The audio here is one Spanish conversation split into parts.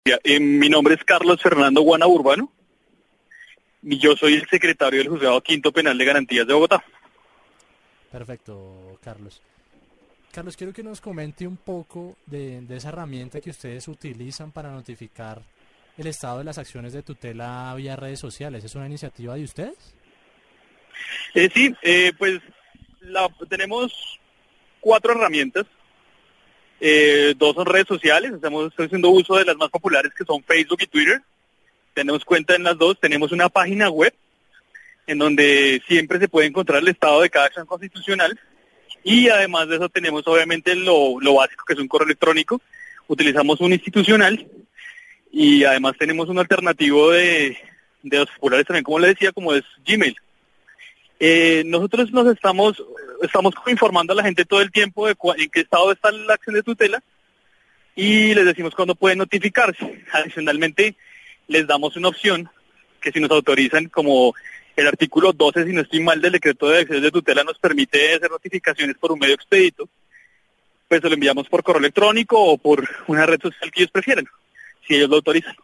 Mi nombre es Carlos Fernando Guana Urbano y yo soy el secretario del Juzgado Quinto Penal de Garantías de Bogotá. Perfecto, Carlos. Carlos, quiero que nos comente un poco de esa herramienta que ustedes utilizan para notificar el estado de las acciones de tutela vía redes sociales. ¿Es una iniciativa de ustedes? Pues tenemos 4 herramientas. 2 son redes sociales, estamos haciendo uso de las más populares que son Facebook y Twitter. Tenemos cuenta en las 2, tenemos una página web en donde siempre se puede encontrar el estado de cada acción constitucional y además de eso tenemos obviamente lo básico que es un correo electrónico, utilizamos un institucional y además tenemos un alternativo de los populares también, como le decía, como es Gmail. Nosotros estamos informando a la gente todo el tiempo de en qué estado está la acción de tutela y les decimos cuándo pueden notificarse. Adicionalmente, les damos una opción que si nos autorizan, como el artículo 12, si no estoy mal, del decreto de acciones de tutela nos permite hacer notificaciones por un medio expedito, pues se lo enviamos por correo electrónico o por una red social que ellos prefieran, si ellos lo autorizan.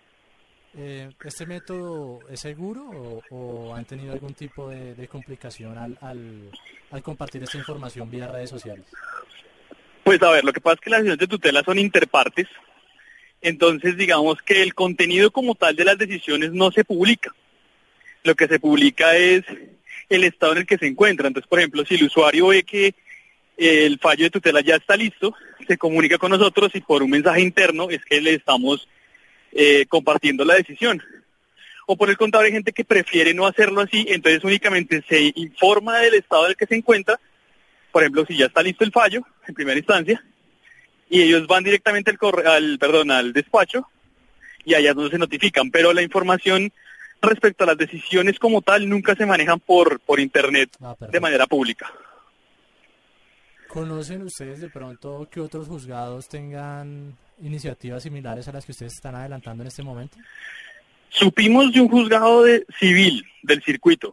¿Este método es seguro o han tenido algún tipo de complicación al compartir esta información vía redes sociales? Pues a ver, lo que pasa es que las acciones de tutela son interpartes, entonces digamos que el contenido como tal de las decisiones no se publica. Lo que se publica es el estado en el que se encuentra. Entonces, por ejemplo, si el usuario ve que el fallo de tutela ya está listo, se comunica con nosotros y por un mensaje interno es que le estamos compartiendo la decisión. O por el contrario, hay gente que prefiere no hacerlo así, entonces únicamente se informa del estado en el que se encuentra, por ejemplo, si ya está listo el fallo, en primera instancia, y ellos van directamente al despacho, y allá es donde se notifican, pero la información respecto a las decisiones como tal nunca se manejan por internet de manera pública. ¿Conocen ustedes de pronto que otros juzgados tengan iniciativas similares a las que ustedes están adelantando en este momento? Supimos de un juzgado civil del circuito.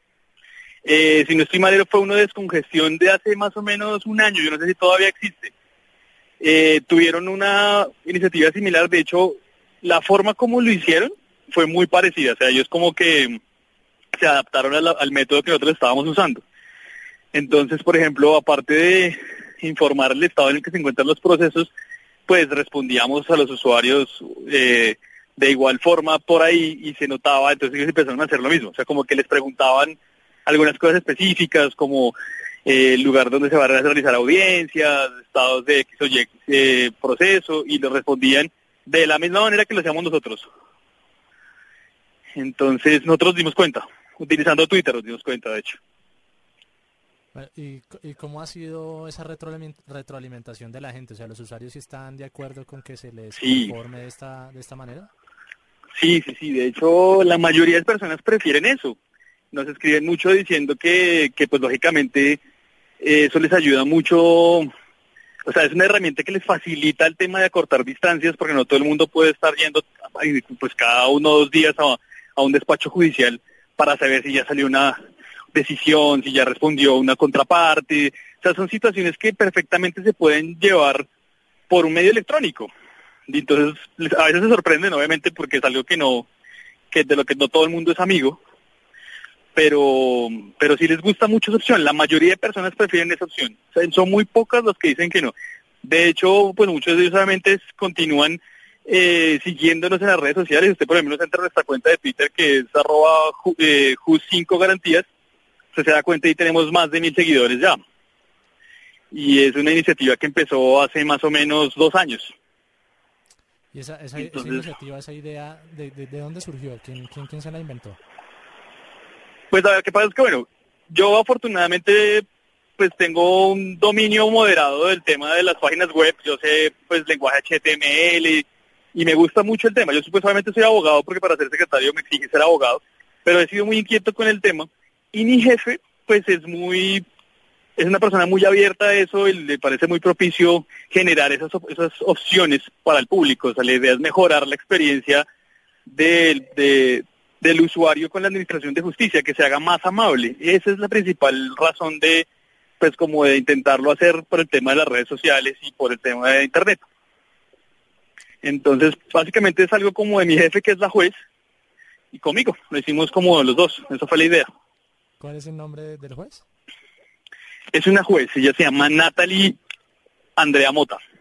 Si no estoy mal, fue uno de descongestión de hace más o menos un año, yo no sé si todavía existe. Tuvieron una iniciativa similar, de hecho, la forma como lo hicieron fue muy parecida, o sea, ellos como que se adaptaron al método que nosotros estábamos usando. Entonces, por ejemplo, aparte de informar el estado en el que se encuentran los procesos, pues respondíamos a los usuarios de igual forma por ahí y se notaba, entonces ellos empezaron a hacer lo mismo, o sea, como que les preguntaban algunas cosas específicas, como el lugar donde se va a realizar audiencias, estados de X o Y proceso, y los respondían de la misma manera que lo hacíamos nosotros. Entonces nosotros dimos cuenta, utilizando Twitter nos dimos cuenta, de hecho. ¿Y cómo ha sido esa retroalimentación de la gente? O sea, ¿los usuarios sí están de acuerdo con que se les informe de esta manera? Sí, de hecho la mayoría de personas prefieren eso. Nos escriben mucho diciendo que pues lógicamente eso les ayuda mucho, o sea, es una herramienta que les facilita el tema de acortar distancias porque no todo el mundo puede estar yendo pues cada 1 o 2 días a un despacho judicial para saber si ya salió una decisión, si ya respondió una contraparte. O sea, son situaciones que perfectamente se pueden llevar por un medio electrónico. Y entonces a veces se sorprenden, obviamente, porque es algo de lo que no todo el mundo es amigo, pero sí les gusta mucho esa opción. La mayoría de personas prefieren esa opción. O sea, son muy pocas los que dicen que no. De hecho, pues muchos de ellos solamente continúan siguiéndonos en las redes sociales. Usted, por ejemplo, entra a nuestra cuenta de Twitter, que es @jus5garantías, usted se da cuenta y tenemos más de 1,000 seguidores ya. Y es una iniciativa que empezó hace más o menos 2 años. ¿Y esa iniciativa, esa idea, de dónde surgió? ¿Quién se la inventó? Pues a ver, ¿qué pasa? Es que bueno, yo afortunadamente pues tengo un dominio moderado del tema de las páginas web, yo sé pues lenguaje HTML y me gusta mucho el tema. Yo supuestamente soy abogado porque para ser secretario me exige ser abogado, pero he sido muy inquieto con el tema y mi jefe pues es una persona muy abierta a eso y le parece muy propicio generar esas opciones para el público. O sea, la idea es mejorar la experiencia del usuario con la administración de justicia, que se haga más amable. Y esa es la principal razón de intentarlo hacer por el tema de las redes sociales y por el tema de internet. Entonces, básicamente es algo como de mi jefe, que es la juez, y conmigo. Lo hicimos como los dos. Esa fue la idea. ¿Cuál es el nombre del juez? Es una juez, ella se llama Natalie Andrea Mota.